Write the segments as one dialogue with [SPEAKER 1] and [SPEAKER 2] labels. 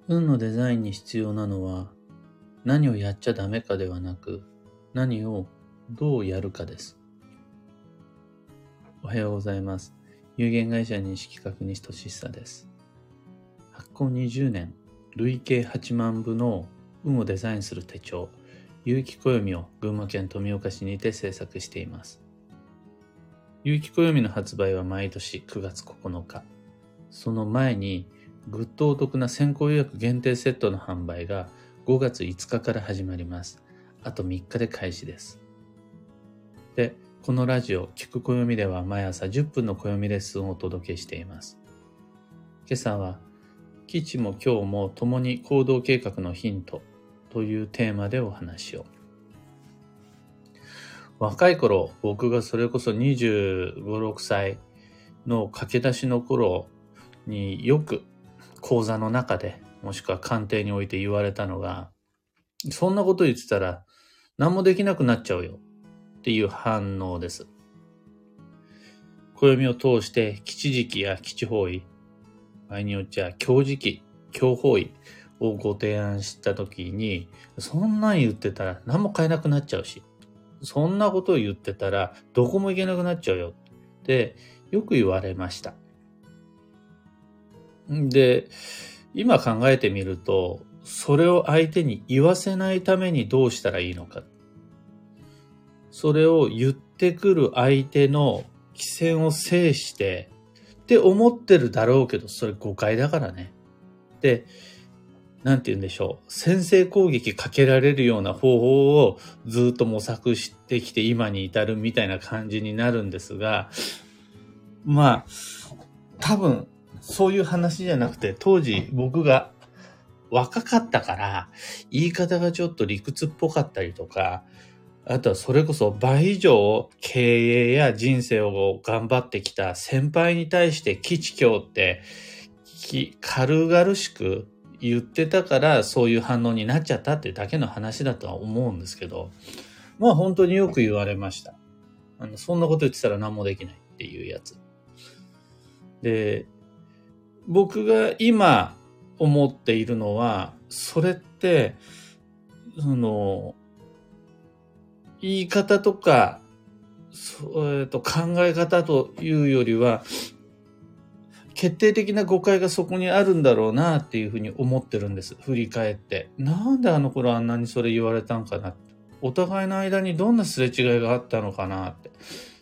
[SPEAKER 1] 運のデザインに必要なのは、何をやっちゃダメかではなく、何をどうやるかです。おはようございます。有限会社認識確認俊久です。発行20年、累計8万部の運をデザインする手帳、有機暦を群馬県富岡市にて制作しています。有機暦の発売は毎年9月9日。その前に、ぐっとお得な先行予約限定セットの販売が5月5日から始まります。あと3日で開始です。で、このラジオ、聞く暦では毎朝10分の暦レッスンをお届けしています。今朝は、基地も今日も共に行動計画のヒントというテーマでお話を。若い頃、僕がそれこそ25、6歳の駆け出しの頃によく講座の中で、もしくは鑑定において言われたのが、そんなこと言ってたら何もできなくなっちゃうよっていう反応です。暦を通して吉時期や吉方位、場合によっちゃ凶時期、凶方位をご提案したときに、そんなん言ってたら何も買えなくなっちゃうし、そんなことを言ってたらどこも行けなくなっちゃうよってよく言われました。で、今考えてみると、それを相手に言わせないためにどうしたらいいのか。それを言ってくる相手の機先を制してって思ってるだろうけど、それ誤解だからね。で、なんて言うんでしょう。先制攻撃かけられるような方法をずっと模索してきて今に至るみたいな感じになるんですが、まあ、多分、そういう話じゃなくて、当時僕が若かったから、言い方がちょっと理屈っぽかったりとか、あとはそれこそ倍以上経営や人生を頑張ってきた先輩に対して吉凶って軽々しく言ってたからそういう反応になっちゃったってだけの話だとは思うんですけど、まあ本当によく言われました。そんなこと言ってたら何もできないっていうやつ。で、僕が今思っているのは、それって、言い方とか、考え方というよりは、決定的な誤解がそこにあるんだろうなっていうふうに思ってるんです。振り返って。なんであの頃あんなにそれ言われたんかな。お互いの間にどんなすれ違いがあったのかなって。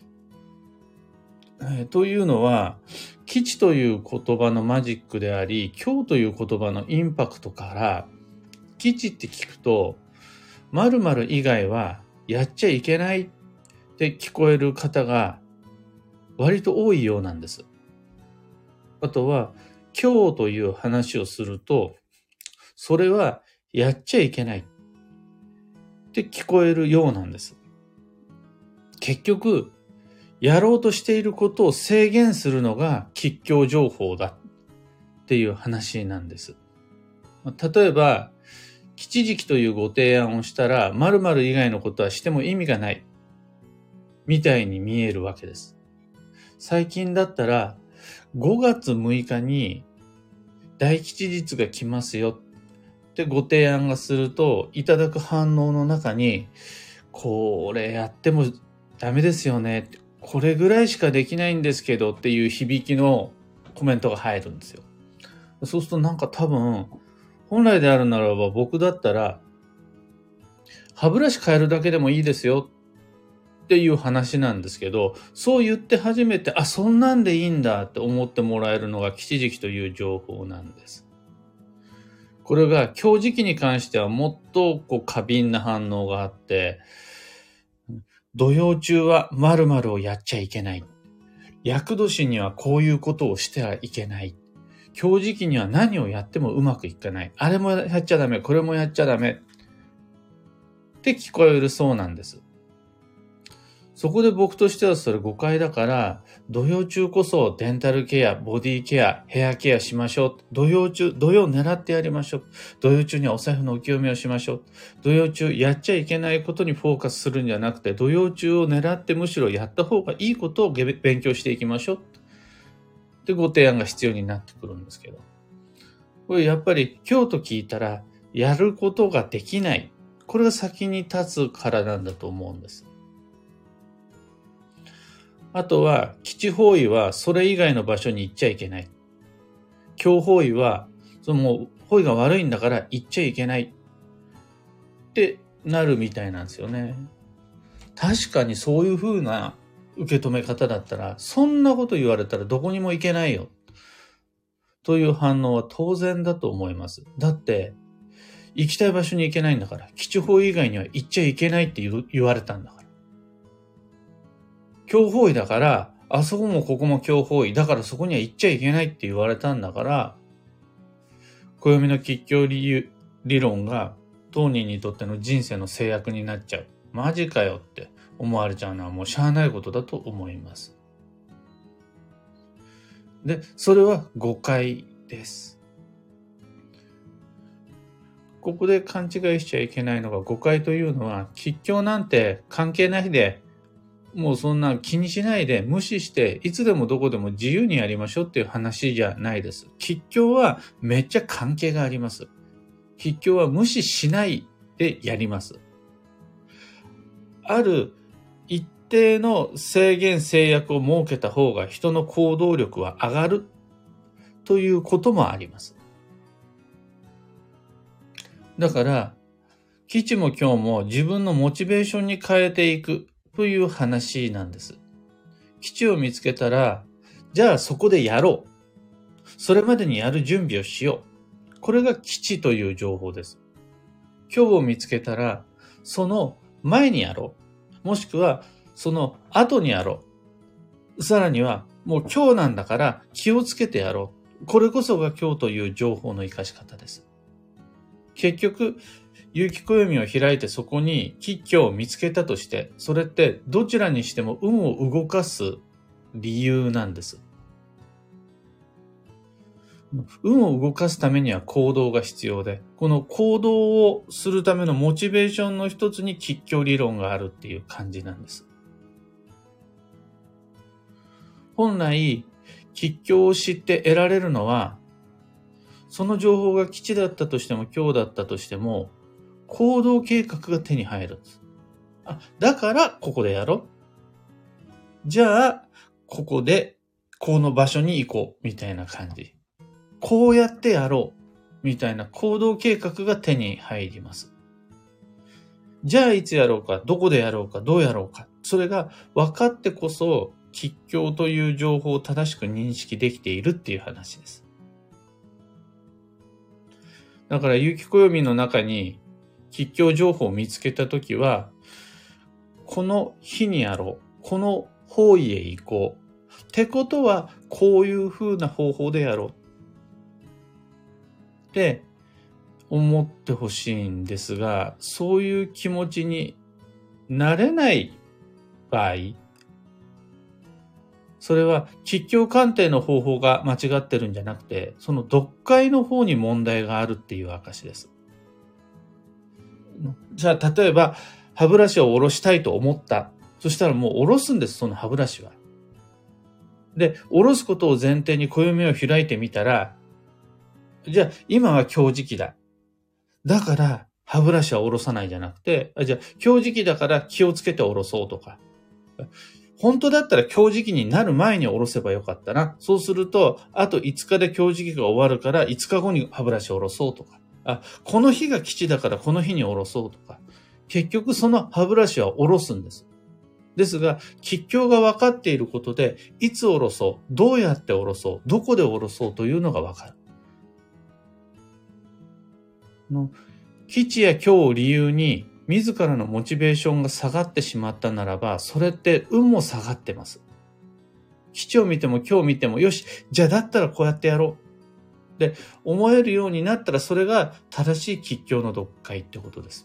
[SPEAKER 1] というのは、吉という言葉のマジックであり、凶という言葉のインパクトから、吉って聞くと、〇〇以外はやっちゃいけないって聞こえる方が割と多いようなんです。あとは、凶という話をすると、それはやっちゃいけないって聞こえるようなんです。結局、やろうとしていることを制限するのが吉凶情報だっていう話なんです。例えば、吉時期というご提案をしたら、〇〇以外のことはしても意味がないみたいに見えるわけです。最近だったら、5月6日に大吉日が来ますよってご提案がすると、いただく反応の中に、これやってもダメですよね。これぐらいしかできないんですけどっていう響きのコメントが入るんですよ。そうするとなんか多分、本来であるならば僕だったら、歯ブラシ変えるだけでもいいですよっていう話なんですけど、そう言って初めて、あ、そんなんでいいんだって思ってもらえるのが吉時期という情報なんです。これが凶時期に関してはもっと過敏な反応があって、土曜中は〇〇をやっちゃいけない。厄年にはこういうことをしてはいけない。凶時期には何をやってもうまくいかない。あれもやっちゃダメ、これもやっちゃダメ。って聞こえるそうなんです。そこで僕としてはそれ誤解だから、土曜中こそデンタルケア、ボディケア、ヘアケアしましょう。土曜狙ってやりましょう。土曜中にはお財布のお清めをしましょう。土曜中やっちゃいけないことにフォーカスするんじゃなくて、土曜中を狙ってむしろやった方がいいことを勉強していきましょう。ってご提案が必要になってくるんですけど。 これやっぱり今日と聞いたらやることができない。これが先に立つからなんだと思うんです。あとは、基地方位はそれ以外の場所に行っちゃいけない。強方位は、もう方位が悪いんだから行っちゃいけないってなるみたいなんですよね。確かにそういう風な受け止め方だったら、そんなこと言われたらどこにも行けないよ。という反応は当然だと思います。だって、行きたい場所に行けないんだから、基地方位以外には行っちゃいけないって言われたんだから。強方位だから、あそこもここも強方位だからそこには行っちゃいけないって言われたんだから、暦の吉凶理論が当人にとっての人生の制約になっちゃう。マジかよって思われちゃうのはもうしゃあないことだと思います。で、それは誤解です。ここで勘違いしちゃいけないのが、誤解というのは、吉凶なんて関係ないで、もうそんな気にしないで無視して、いつでもどこでも自由にやりましょうっていう話じゃないです。吉凶はめっちゃ関係があります。吉凶は無視しないでやります。ある一定の制限制約を設けた方が人の行動力は上がるということもあります。だから、基地も今日も自分のモチベーションに変えていくという話なんです。基地を見つけたら、じゃあそこでやろう。それまでにやる準備をしよう。これが基地という情報です。今日を見つけたら、その前にやろう。もしくは、その後にやろう。さらには、もう今日なんだから気をつけてやろう。これこそが今日という情報の活かし方です。結局、有機暦を開いてそこに吉凶を見つけたとして、それってどちらにしても運を動かす理由なんです。運を動かすためには行動が必要で、この行動をするためのモチベーションの一つに吉凶理論があるっていう感じなんです。本来、吉凶を知って得られるのは、その情報が吉だったとしても凶だったとしても、行動計画が手に入るんです。だからここでやろう。じゃあ、ここで、この場所に行こう、みたいな感じ。こうやってやろう、みたいな行動計画が手に入ります。じゃあいつやろうか、どこでやろうか、どうやろうか。それが分かってこそ、吉凶という情報を正しく認識できているっていう話です。だから、有機暦の中に、吉凶情報を見つけたときは、この日にやろう。この方位へ行こう。ってことは、こういう風な方法でやろう。って思ってほしいんですが、そういう気持ちになれない場合、それは吉凶鑑定の方法が間違ってるんじゃなくて、その読解の方に問題があるっていう証です。じゃあ、例えば、歯ブラシを下ろしたいと思った。そしたらもう下ろすんです、その歯ブラシは。で、下ろすことを前提に暦を開いてみたら、じゃあ、今は強磁気だ。だから、歯ブラシは下ろさないじゃなくて、じゃあ、強磁気だから気をつけて下ろそうとか。本当だったら強磁気になる前に下ろせばよかったな。そうすると、あと5日で強磁気が終わるから5日後に歯ブラシを下ろそうとか。この日が吉だからこの日に下ろそうとか。結局その歯ブラシは下ろすんです。ですが、吉凶が分かっていることで、いつ下ろそう、どうやって下ろそう、どこで下ろそうというのが分かる。吉や凶を理由に、自らのモチベーションが下がってしまったならば、それって運も下がってます。吉を見ても凶を見ても、よし、じゃあだったらこうやってやろう。で、思えるようになったら、それが正しい吉凶の読解ってことです。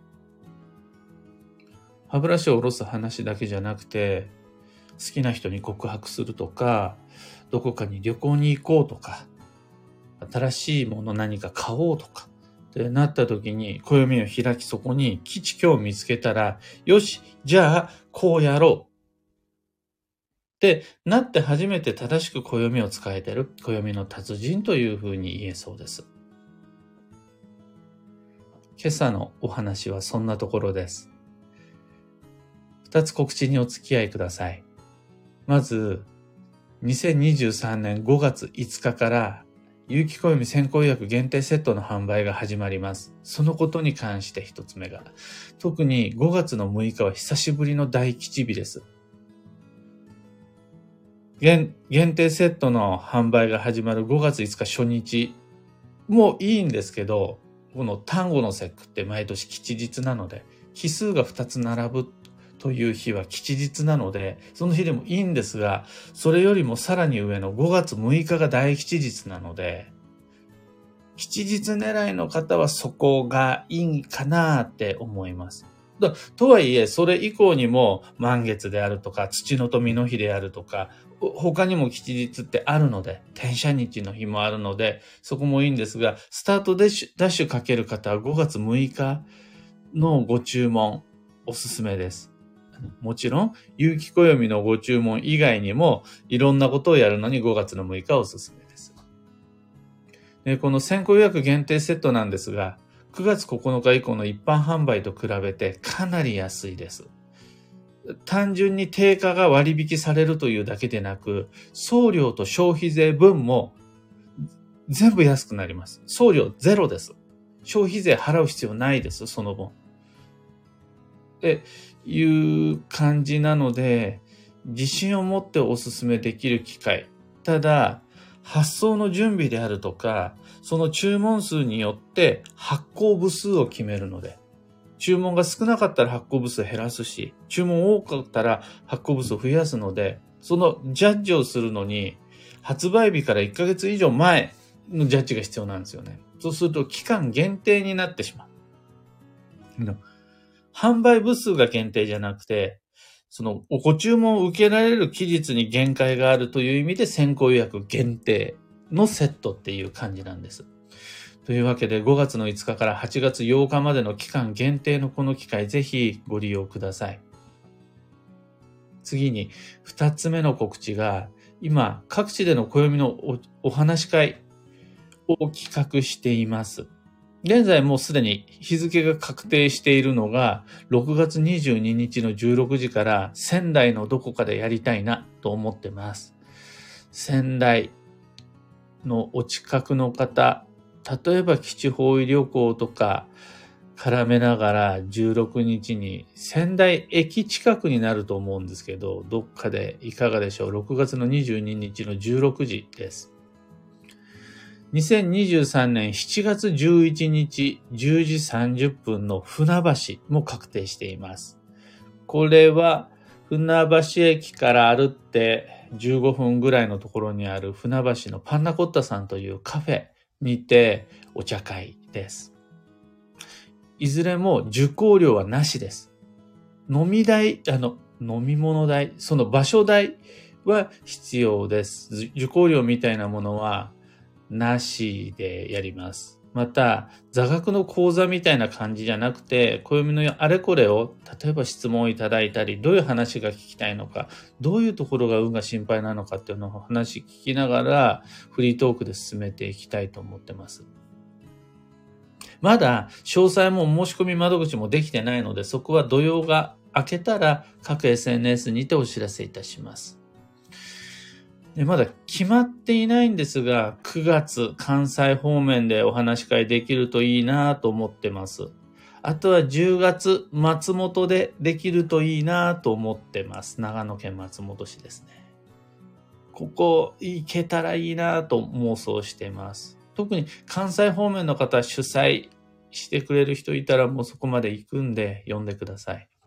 [SPEAKER 1] 歯ブラシを下ろす話だけじゃなくて、好きな人に告白するとか、どこかに旅行に行こうとか、新しいもの何か買おうとか、ってなった時に、暦を開きそこに吉凶を見つけたら、よし、じゃあこうやろう。 で、なって初めて正しく暦を使えてる、暦の達人というふうに言えそうです。今朝のお話はそんなところです。2つ告知にお付き合いください。まず、2023年5月5日から有機暦先行予約限定セットの販売が始まります。そのことに関して一つ目が、特に5月の6日は久しぶりの大吉日です。限定セットの販売が始まる5月5日初日もいいんですけど、この端午の節句って毎年吉日なので、日数が2つ並ぶという日は吉日なので、その日でもいいんですが、それよりもさらに上の5月6日が大吉日なので、吉日狙いの方はそこがいいかなって思います。とはいえ、それ以降にも満月であるとか、土の富の日であるとか、他にも吉日ってあるので、天赦日の日もあるので、そこもいいんですが、スタートダッシュかける方は5月6日のご注文、おすすめです。もちろん、有機暦のご注文以外にも、いろんなことをやるのに5月の6日はおすすめです。で、この先行予約限定セットなんですが、9月9日以降の一般販売と比べてかなり安いです。単純に定価が割引されるというだけでなく、送料と消費税分も全部安くなります。送料ゼロです。消費税払う必要ないです、その分。っていう感じなので、自信を持ってお勧めできる機会。ただ、発送の準備であるとか、その注文数によって発行部数を決めるので、注文が少なかったら発行部数減らすし、注文多かったら発行部数を増やすので、そのジャッジをするのに、発売日から1ヶ月以上前のジャッジが必要なんですよね。そうすると期間限定になってしまう。販売部数が限定じゃなくて、そのご注文を受けられる期日に限界があるという意味で先行予約限定のセットっていう感じなんです。というわけで5月の5日から8月8日までの期間限定のこの機会ぜひご利用ください。次に2つ目の告知が今各地での暦の お話し会を企画しています。現在もうすでに日付が確定しているのが6月22日の16時から仙台のどこかでやりたいなと思ってます。仙台のお近くの方、例えば基地方位旅行とか絡めながら16日に仙台駅近くになると思うんですけど、どっかでいかがでしょう。6月の22日の16時です。2023年7月11日10時30分の船橋も確定しています。これは船橋駅から歩って15分ぐらいのところにある船橋のパンナコッタさんというカフェにてお茶会です。いずれも受講料はなしです。飲み物代、その場所代は必要です。受講料みたいなものはなしでやります。また、座学の講座みたいな感じじゃなくて、暦のあれこれを、例えば質問をいただいたり、どういう話が聞きたいのか、どういうところが運が心配なのかっていうのを話聞きながら、フリートークで進めていきたいと思ってます。まだ、詳細も申し込み窓口もできてないので、そこは土曜が明けたら、各 SNS にてお知らせいたします。まだ決まっていないんですが、9月関西方面でお話し会できるといいなと思ってます。あとは10月松本でできるといいなと思ってます。長野県松本市ですね。ここ行けたらいいなと妄想してます。特に関西方面の方主催してくれる人いたらもうそこまで行くんで呼んでください。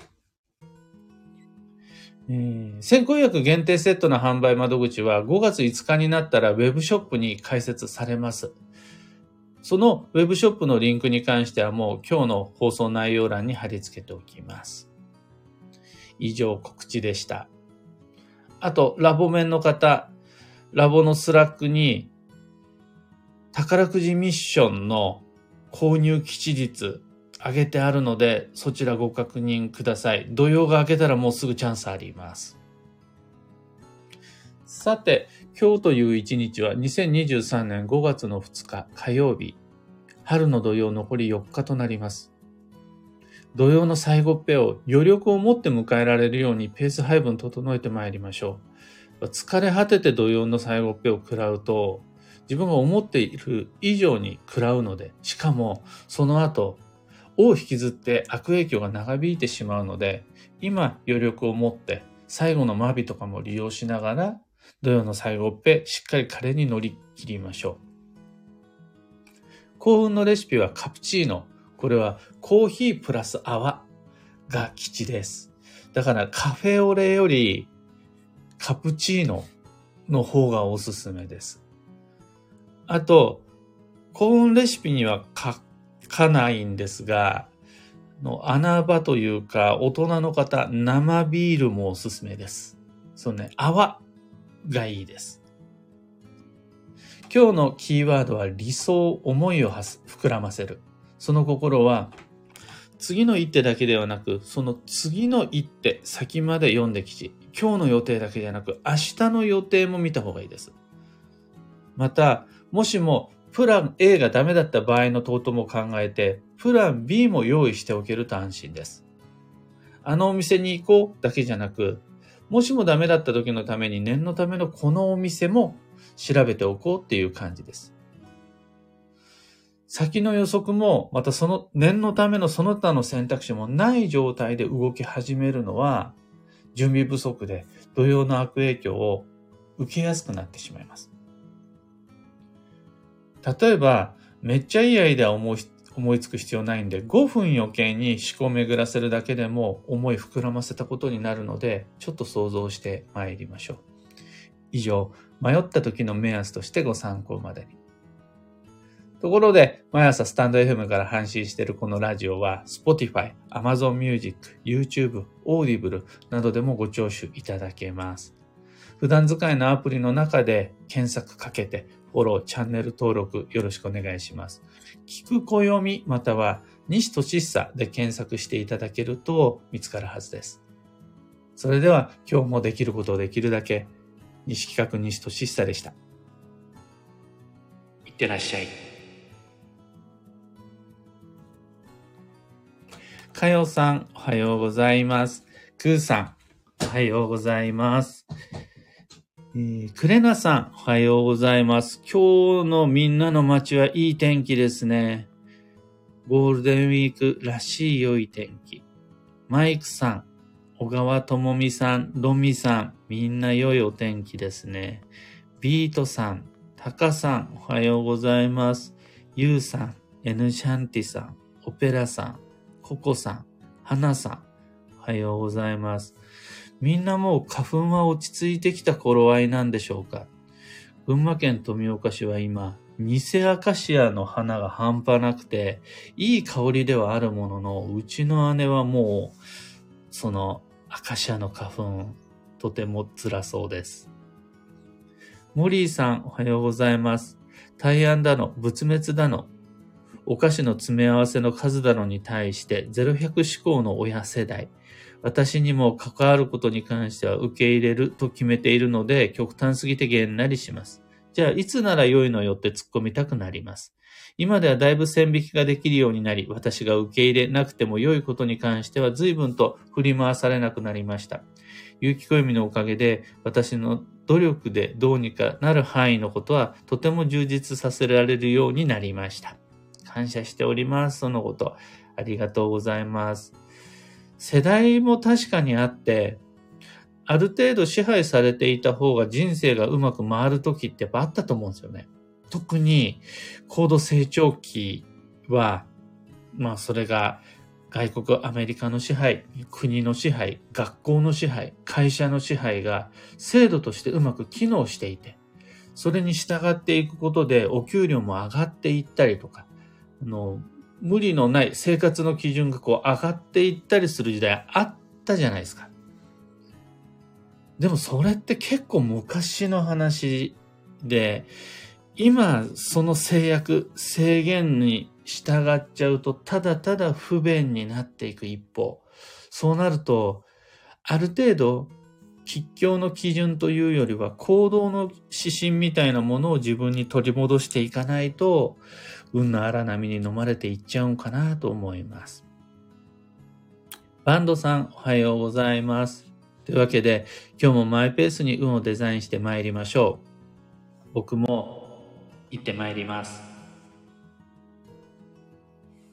[SPEAKER 1] 先行予約限定セットの販売窓口は5月5日になったらウェブショップに開設されます。そのウェブショップのリンクに関してはもう今日の放送内容欄に貼り付けておきます。以上告知でした。あと、ラボ面の方、ラボのスラックに宝くじミッションの購入吉日上げてあるので、そちらご確認ください。土曜が明けたらもうすぐチャンスあります。 さて、今日という一日は2023年5月の2日火曜日、春の土曜残り4日となります。土曜の最後っぺを余力を持って迎えられるようにペース配分整えてまいりましょう。疲れ果てて土曜の最後っぺを食らうと、自分が思っている以上に食らうので、しかもその後、尾を引きずって悪影響が長引いてしまうので、今余力を持って最後のマビとかも利用しながら、土曜の最後っぺしっかりカレーに乗り切りましょう。幸運のレシピはカプチーノ。これはコーヒープラス泡が吉です。だからカフェオレよりカプチーノの方がおすすめです。あと、幸運レシピには書かないんですが、穴場というか大人の方、生ビールもおすすめです。そうね、泡がいいです。今日のキーワードは理想、思いを膨らませる。その心は、次の一手だけではなく、その次の一手、先まで読んで吉。今日の予定だけじゃなく、明日の予定も見た方がいいです。また、もしもプラン A がダメだった場合のトートも考えて、プラン B も用意しておけると安心です。あのお店に行こうだけじゃなく、もしもダメだった時のために念のためのこのお店も調べておこうっていう感じです。先の予測も、またその念のためのその他の選択肢もない状態で動き始めるのは、準備不足で土曜の悪影響を受けやすくなってしまいます。例えば、めっちゃいいアイデアを思いつく必要ないんで、5分余計に思考を巡らせるだけでも思い膨らませたことになるので、ちょっと想像して参りましょう。以上、迷った時の目安としてご参考までに。ところで、毎朝スタンド FM から配信しているこのラジオは、Spotify、Amazon Music、YouTube、Audible などでもご聴取いただけます。普段使いのアプリの中で検索かけて、フォロー、チャンネル登録よろしくお願いします。聞く暦または西俊久で検索していただけると見つかるはずです。それでは今日もできることをできるだけ、西企画西俊久でした。いってらっしゃい。かよさん、おはようございます。くーさん、おはようございます。クレナさん、おはようございます。今日のみんなの街はいい天気ですね。ゴールデンウィークらしい良い天気。マイクさん、小川智美さん、ロミさん、みんな良いお天気ですね。ビートさん、タカさん、おはようございます。ユウさん、エヌシャンティさん、オペラさん、ココさん、ハナさん、おはようございます。みんなもう花粉は落ち着いてきた頃合いなんでしょうか。群馬県富岡市は今、偽アカシアの花が半端なくて、いい香りではあるものの、うちの姉はもう、そのアカシアの花粉、とても辛そうです。モリーさん、おはようございます。大安だの、仏滅だの、お菓子の詰め合わせの数だのに対して0-100思考の親世代。私にも関わることに関しては受け入れると決めているので極端すぎてげんなりします。じゃあいつなら良いのよって突っ込みたくなります。今ではだいぶ線引きができるようになり、私が受け入れなくても良いことに関しては随分と振り回されなくなりました。有機暦のおかげで私の努力でどうにかなる範囲のことはとても充実させられるようになりました。感謝しております。そのこと。ありがとうございます。世代も確かにあって、ある程度支配されていた方が人生がうまく回る時ってやっぱあったと思うんですよね。特に高度成長期は、それが外国、アメリカの支配、国の支配、学校の支配、会社の支配が制度としてうまく機能していて、それに従っていくことでお給料も上がっていったりとか、無理のない生活の基準が上がっていったりする時代あったじゃないですか。でもそれって結構昔の話で、今その制限に従っちゃうとただただ不便になっていく一方。そうなると、ある程度吉凶の基準というよりは行動の指針みたいなものを自分に取り戻していかないと、運の荒波に飲まれていっちゃうんかなと思います。バンドさん、おはようございます。というわけで、今日もマイペースに運をデザインして参りましょう。僕も行って参ります。